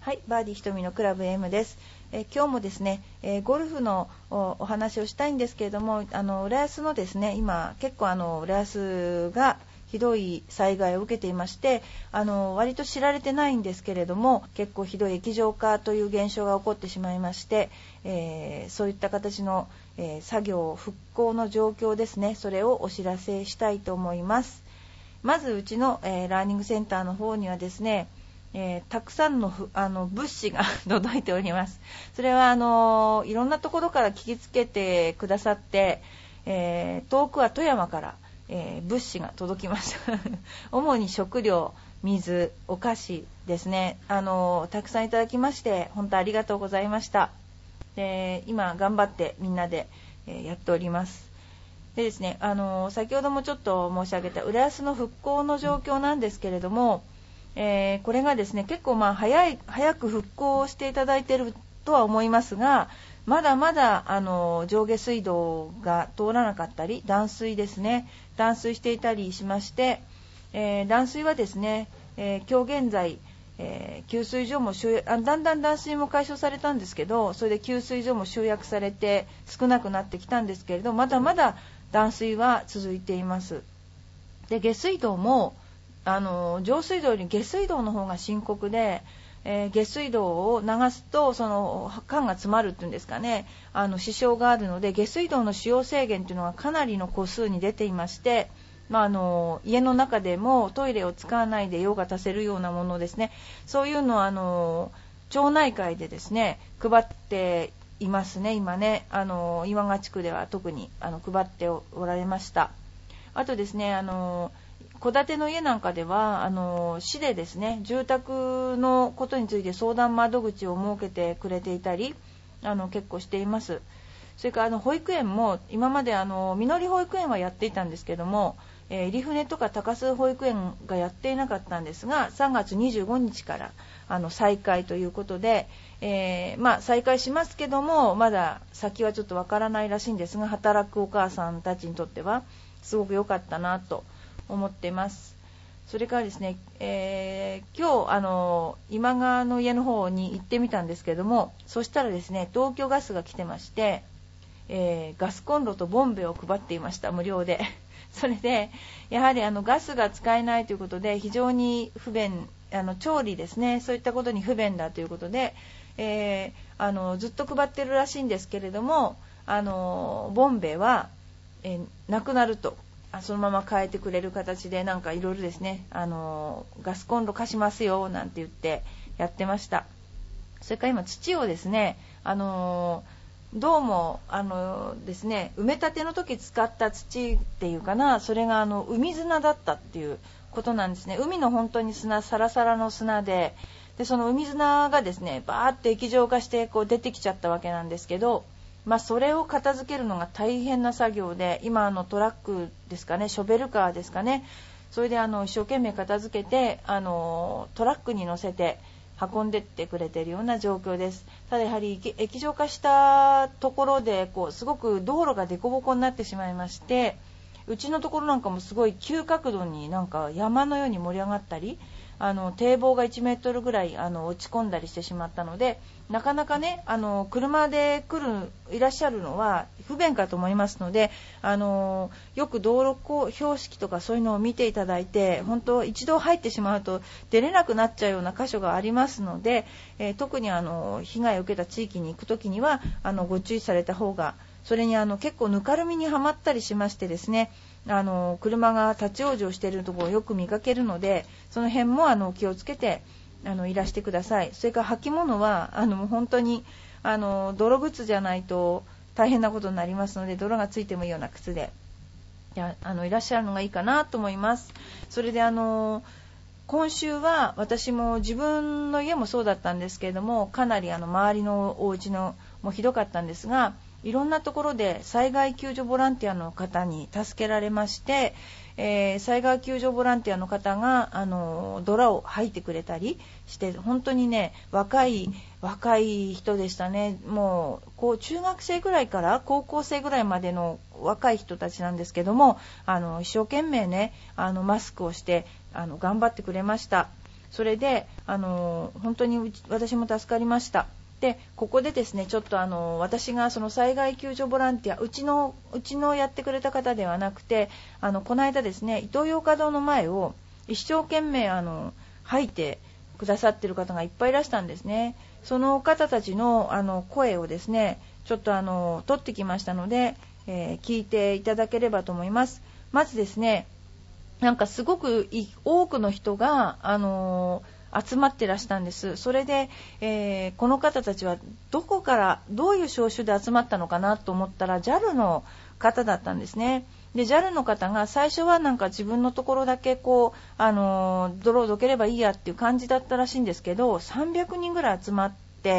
はい、バーディーひとみのクラブ M です。今日もですね、ゴルフのお話をしたいんですけれども、浦安のですね、今結構浦安がひどい災害を受けていまして、割と知られてないんですけれども、結構ひどい液状化という現象が起こってしまいまして、そういった形の、作業復興の状況ですね、それをお知らせしたいと思います。まずうちの、ラーニングセンターの方にはですね、たくさんの物資が届いております。それはいろんなところから聞きつけてくださって、遠くは富山から、物資が届きました主に食料、水、お菓子ですね、たくさんいただきまして本当ありがとうございました。で今頑張ってみんなで、やっております。でですね、先ほどもちょっと申し上げた浦安の復興の状況なんですけれども、これがですね結構早く復興していただいているとは思いますが、まだまだ上下水道が通らなかったり、断水ですね、断水していたりしまして、断水はですね、今日現在、給水所もだんだん断水も解消されたんですけど、それで給水所も集約されて少なくなってきたんですけれど、まだまだ断水は続いています。で下水道も上水道より下水道の方が深刻で、下水道を流すとその管が詰まるっていうんですかね、支障があるので、下水道の使用制限というのがかなりの個数に出ていまして、家の中でもトイレを使わないで用が足せるようなものですね、そういうのを町内会でですね配っていますね。今ね、岩賀地区では特に配っておられました。あとですね、戸建ての家なんかでは市でですね住宅のことについて相談窓口を設けてくれていたり結構しています。それから保育園も今までみのり保育園はやっていたんですけども、入船とか高須保育園がやっていなかったんですが、3月25日から再開ということで、再開しますけども、まだ先はちょっとわからないらしいんですが、働くお母さんたちにとってはすごく良かったなと思っています。それからですね、今日今川の家の方に行ってみたんですけども、そしたらですね東京ガスが来てまして、ガスコンロとボンベを配っていました、無料でそれでやはりガスが使えないということで非常に不便、調理ですね、そういったことに不便だということで、ずっと配ってるらしいんですけれども、ボンベは、なくなると、そのまま変えてくれる形でなんかいろいろですね、ガスコンロ貸しますよなんて言ってやってました。それから今土をですね、どうもですね、埋め立ての時使った土っていうかな、それが海砂だったっていうことなんですね。海の本当に砂、サラサラの砂で、その海砂がですねバーって液状化してこう出てきちゃったわけなんですけど、それを片付けるのが大変な作業で、今トラックですかね、ショベルカーですかね、それで一生懸命片付けてトラックに乗せて運んでってくれているような状況です。ただやはり液状化したところですごく道路が凸凹になってしまいまして、うちのところなんかもすごい急角度になんか山のように盛り上がったり、堤防が1メートルぐらい落ち込んだりしてしまったので、なかなかね車でいらっしゃるのは不便かと思いますので、よく道路標識とかそういうのを見ていただいて、本当一度入ってしまうと出れなくなっちゃうような箇所がありますので、特に被害を受けた地域に行くときにはご注意された方が、それに結構ぬかるみにはまったりしましてですね、車が立ち往生しているところをよく見かけるので、その辺も気をつけていらしてください。それから履物は本当に泥靴じゃないと大変なことになりますので、泥がついてもいいような靴でいらっしゃるのがいいかなと思います。それで今週は私も自分の家もそうだったんですけれども、かなり周りのお家のもひどかったんですが、いろんなところで災害救助ボランティアの方に助けられまして、災害救助ボランティアの方が泥を吐いてくれたりして、本当にね若い人でしたね。もう中学生ぐらいから高校生ぐらいまでの若い人たちなんですけども、一生懸命ねマスクをして頑張ってくれました。 それで本当に私も助かりました。でここでですね、ちょっと私がその災害救助ボランティア、うちのやってくれた方ではなくて、この間ですね、イトーヨーカドーの前を一生懸命吐いてくださっている方がいっぱいいらしたんですね。その方たちの声をですね、ちょっと取ってきましたので、聞いていただければと思います。まずですね、なんかすごく多くの人が集まってらしたんです。それで、この方たちはどこからどういう招集で集まったのかなと思ったら JAL の方だったんですね。で JAL の方が最初はなんか自分のところだけこう泥をどければいいやっていう感じだったらしいんですけど、300人ぐらい集まって、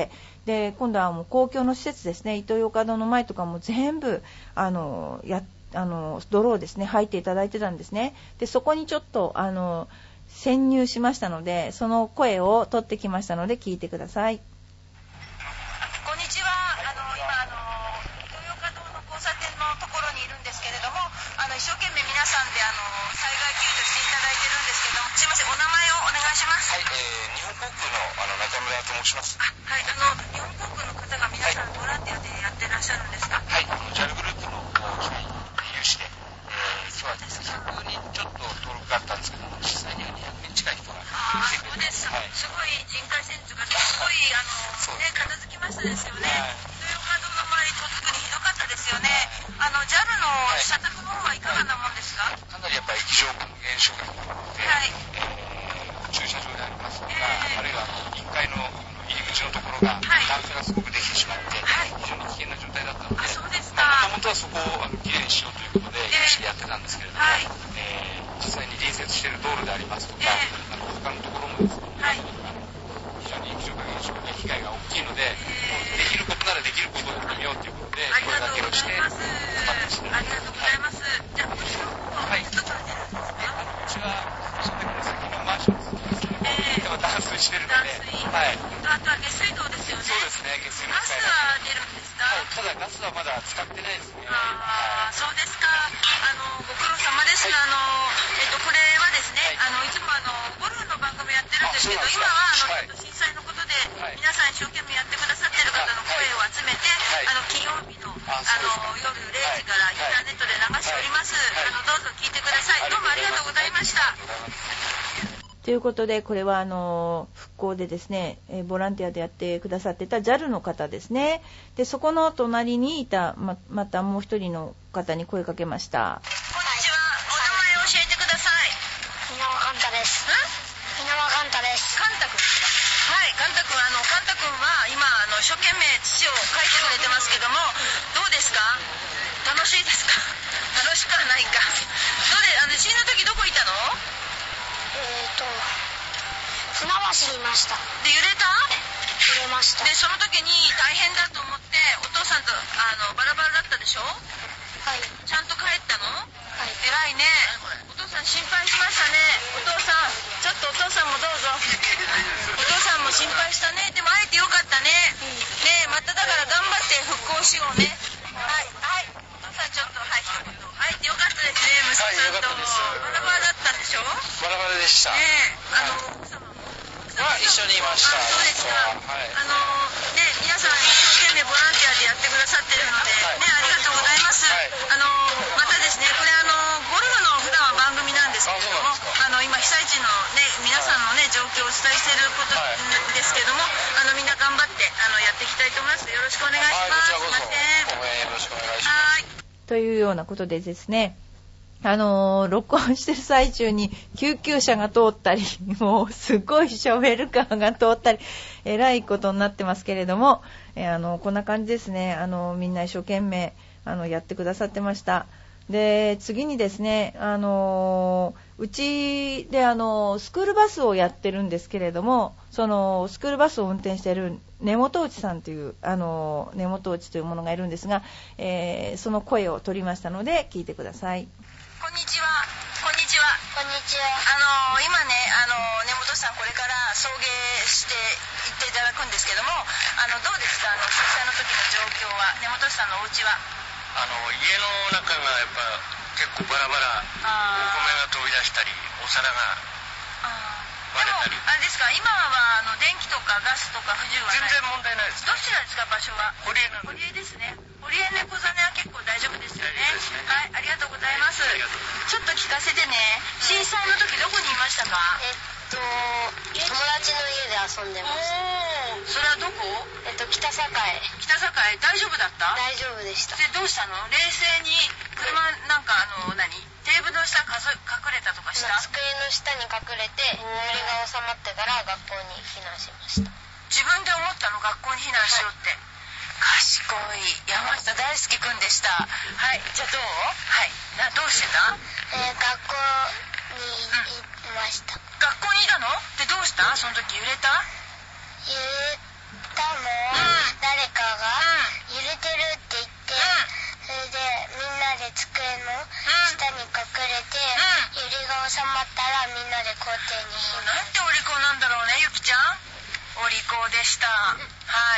で今度はもう公共の施設ですね、イトーヨーカドーの前とかも全部泥をですね吐いていただいてたんですね。でそこにちょっと潜入しましたので、その声を取ってきましたので聞いてください。 こんにちは。今イトーヨーカドーの交差点のところにいるんですけれども、一生懸命皆さんで災害救助していただいてるんですけど、すいません、お名前をお願いします。 はい、日本航空の中村と申します。 はい、日本航空の方が皆さんボランティアでやってらっしゃるんですか？ はい、JAL グループの機内に有志で、今日は100人ちょっと登録があったんですけども、実際には200人近い人が来てくれて、 そうです、はい、すごい人海戦術がすごい片付きましたですよね。イトーヨーカドーの周り戸作りひどかったですよね。JAL の社宅の方はいかがなもんですか？ かなりやっぱり液状化の現象がひどくて、駐車場でありますとか、あるいは1階の入り口のところが段差がすごくできてしまって、非常に危険な状態だったので、 そうですか。 もともとはそこをきれいにしようということで有志でやってたんですけれども、実際に隣接している道路でありますとか、他のところもですね、非常に液状化現象で被害が大きいので、できることならできることをやってみようということで、声掛けをして頑張ってしてるんです。 ありがとうございます。じゃあ、こちらの方はどこに出るんですか？ うちはその時の先のマンションですけども、でも断水してるので、 あとは下水道ですよね。 そうですね、下水のガスは出るんですか？ ただガスはまだ使ってないですね。 そうですか。ご苦労様です。これはですね、いつもゴルフの番組やってるんですけど、今は震災のことで皆さん一生懸命やってくださってる方の声を集めて、金曜日の夜0時からインターネットで流しております。どうぞ聞いてください。どうもありがとうございました。 ということで、これは復興でですね、ボランティアでやってくださってた JAL の方ですね。でそこの隣にいた またもう一人の方に声かけました。 こんにちは。お名前を教えてください。 稲葉カンタです。稲葉カンタです。 カンタ君ですか？はい、カンタ君。カンタ君は今一生懸命土をかいてくれてますけども、どうですか？楽しいですか？楽しくはないか。どうで地震の時どこいたの？ 船橋にいました。 で揺れた？ 揺れました。 でその時に大変だと思ってお父さんとバラバラだったでしょ？ はい。 ちゃんと帰ったの？ はい。 偉いね。お父さん心配しましたね。お父さんちょっとお父さんもどうぞ。お父さんも心配したね。でも会えてよかったね。ねえまただから頑張って復興しようね。はいはい。お父さんちょっと一言。会えてよかったですね。息子さんとバラバラだったんでしょ？ バラバラでした。 ねえ奥様も一緒にいました。 そうですか。皆さん一生懸命ボランティアでやってくださってるので、ありがとうございます。またですね、これゴルフの普段は番組なんですけれども、今被災地の皆さんの状況をお伝えしていることですけれども、みんな頑張ってやっていきたいと思います。よろしくお願いします。 こちらこそ応援よろしくお願いします。 というようなことでですね、録音してる最中に救急車が通ったり、もうすごいショベルカーが通ったり、えらいことになってますけれども、こんな感じですね。みんな一生懸命やってくださってました。で次にですね、うちでスクールバスをやってるんですけれども、そのスクールバスを運転している根本内さんという根本内というものがいるんですが、その声を取りましたので聞いてください。 こんにちは。こんにちは。 こんにちは。 今ね根本さんこれから送迎していっていただくんですけども、どうですか震災の時の状況は。根本さんのお家は家の中がやっぱ結構バラバラ、お米が飛び出したりお皿が割れあれですか、今は電気とかガスとか不自由はない？ 全然問題ないです。 どちらですか、場所は？ 堀江なんで。 堀江ですね。堀江猫ザネは結構大丈夫ですよね。 大丈夫ですね。 はい、ありがとうございます。ちょっと聞かせてね。震災の時どこにいましたか？ 友達の家で遊んでました。 それはどこ？ 北栄。 北栄、大丈夫だった？ 大丈夫でした。 で、どうしたの？冷静に車なんかテーブルの下隠れたとかした？ 机の下に隠れて揺れが収まってから学校に避難しました。 自分で思ったの？学校に避難しようって。賢い山下大輔くんでした。はい、じゃあどう？はい、どうしてた？ 学校に行きました。 学校にいたの？で、どうした？その時揺れた？ 揺れたのを誰かが揺れてるって言って、それでみんなで机の下に隠れて、揺れが収まったらみんなで校庭に避難。 なんてお利口なんだろうね、ゆきちゃん。お利口でした。はい。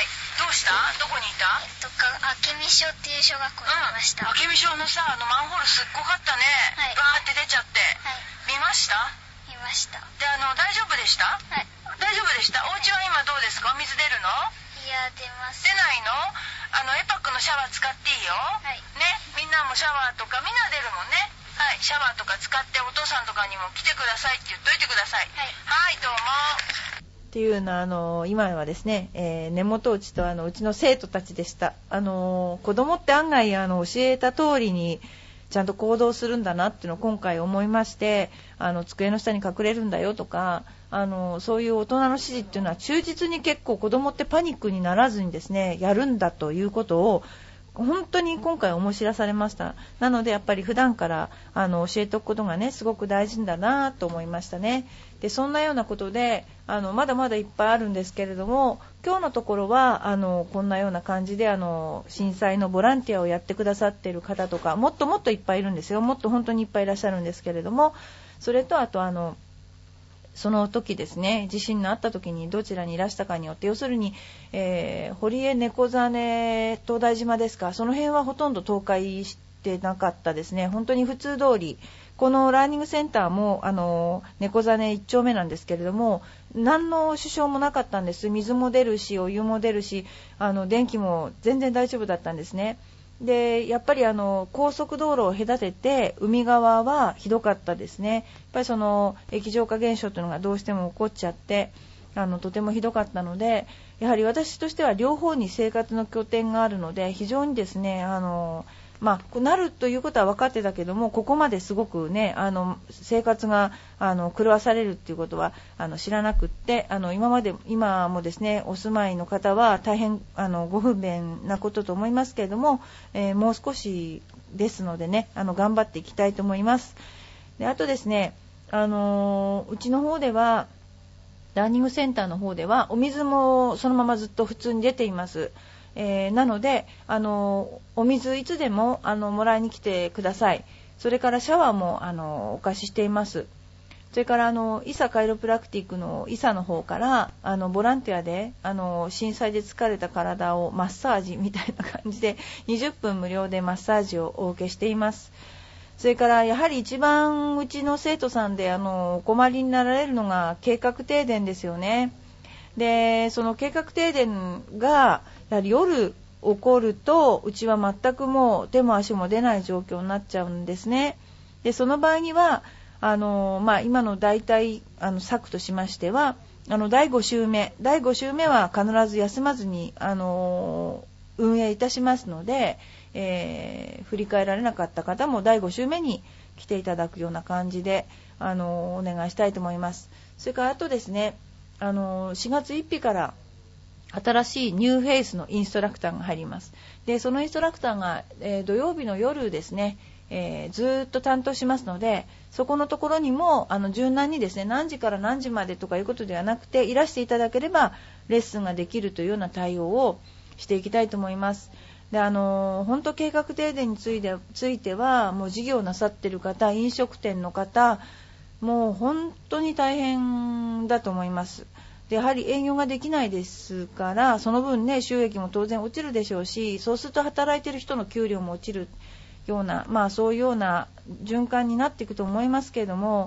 どうした？どこにいた？ 明美小っていう小学校にいました。 明美小のさ、マンホールすっごかったね。 はい。 バーって出ちゃって。 はい。 見ました？ 見ました。 で、大丈夫でした？ はい。 大丈夫でした？お家は今どうですか？お水出るの？ いや、出ます。 出ないの？エパックのシャワー使っていいよ。はい。ね、みんなもシャワーとか、みんな出るもんね。はい、シャワーとか使ってお父さんとかにも来てくださいって言っといてください。はい。はい、どうも。 っていうのは今はですね、根本内とうちの生徒たちでした。子供って案外教えた通りにちゃんと行動するんだなっていうのを今回思いまして、机の下に隠れるんだよとか、そういう大人の指示っていうのは忠実に結構子供ってパニックにならずにですね、やるんだということを本当に今回思い知らされました。なのでやっぱり普段から教えておくことがね、すごく大事だなと思いましたね。で、そんなようなことでまだまだいっぱいあるんですけれども、今日のところはこんなような感じで震災のボランティアをやってくださっている方とかもっともっといっぱいいるんですよ。もっと本当にいっぱいいらっしゃるんですけれども、それとあとその時ですね、地震のあった時にどちらにいらしたかによって、要するに、堀江猫ザネ東大島ですか、その辺はほとんど倒壊してなかったですね。本当に普通通り、このラーニングセンターも猫ザネ1丁目なんですけれども、何の支障もなかったんです。水も出るし、お湯も出るし、電気も全然大丈夫だったんですね。で、やっぱり高速道路を隔てて海側はひどかったですね。やっぱりその液状化現象というのがどうしても起こっちゃって、とてもひどかったので、やはり私としては両方に生活の拠点があるので、非常にですね、なるということは分かってたけども、ここまですごくね、生活が狂わされるっていうことは知らなくって、今もですね、お住まいの方は大変ご不便なことと思いますけれども、もう少しですのでね、頑張っていきたいと思います。で、あとですね、うちの方ではラーニングセンターの方ではお水もそのままずっと普通に出ています。なのでお水いつでももらいに来てください。それからシャワーもお貸ししています。それからイサカイロプラクティックのイサの方からボランティアで震災で疲れた体をマッサージみたいな感じで20分無料でマッサージをお受けしています。それからやはり一番うちの生徒さんでお困りになられるのが計画停電ですよね。で、その計画停電がやはり夜起こると、うちは全くもう手も足も出ない状況になっちゃうんですね。で、その場合には今の大体策としましては、第5週目は必ず休まずに運営いたしますので、振り返られなかった方も第5週目に来ていただくような感じでお願いしたいと思います。それからあとですね、4月1日から新しいニューフェイスのインストラクターが入ります。で、そのインストラクターが、土曜日の夜ですね、ずっと担当しますので、そこのところにも柔軟にですね、何時から何時までとかいうことではなくて、いらしていただければレッスンができるというような対応をしていきたいと思います。で、本当計画停電についてはもう事業なさっている方、飲食店の方、もう本当に大変だと思います。で、やはり営業ができないですから、その分ね、収益も当然落ちるでしょうし、そうすると働いている人の給料も落ちるような、そういうような循環になっていくと思いますけれども、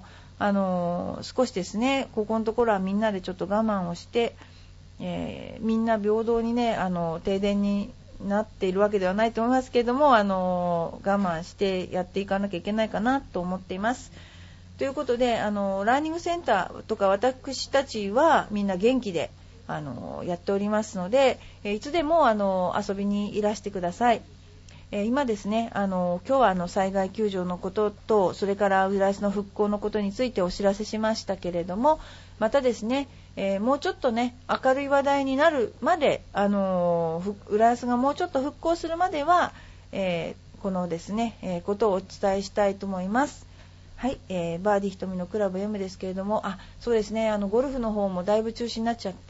少しですね、ここのところはみんなでちょっと我慢をして、みんな平等にね、停電になっているわけではないと思いますけれども、我慢してやっていかなきゃいけないかなと思っています。ということで、ラーニングセンターとか私たちはみんな元気でやっておりますので、いつでも遊びにいらしてください。今ですね、今日は災害救助のことと、それから浦安の復興のことについてお知らせしましたけれども、またですね、もうちょっとね、明るい話題になるまで、浦安がもうちょっと復興するまでは、このですね、ことをお伝えしたいと思います。はい、バーディー瞳のクラブ M ですけれども、そうですね、ゴルフの方もだいぶ中止になっちゃって、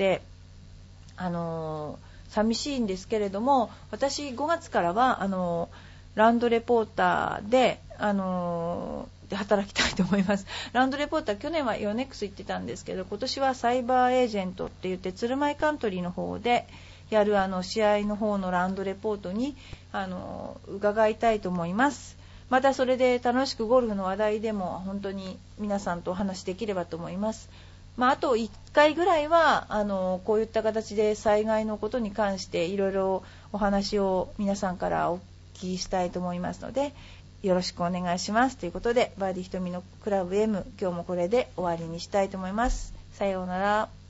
寂しいんですけれども、私5月からはラウンドレポーターで、働きたいと思います。ラウンドレポーター、去年はヨネックス行ってたんですけど、今年はサイバーエージェントって言って、鶴舞カントリーの方でやる試合の方のラウンドレポートに伺いたいと思います。またそれで楽しくゴルフの話題でも本当に皆さんとお話できればと思います。あと1回ぐらいはこういった形で災害のことに関していろいろお話を皆さんからお聞きしたいと思いますので、よろしくお願いしますということで、バーディー瞳のクラブ M、今日もこれで終わりにしたいと思います。さようなら。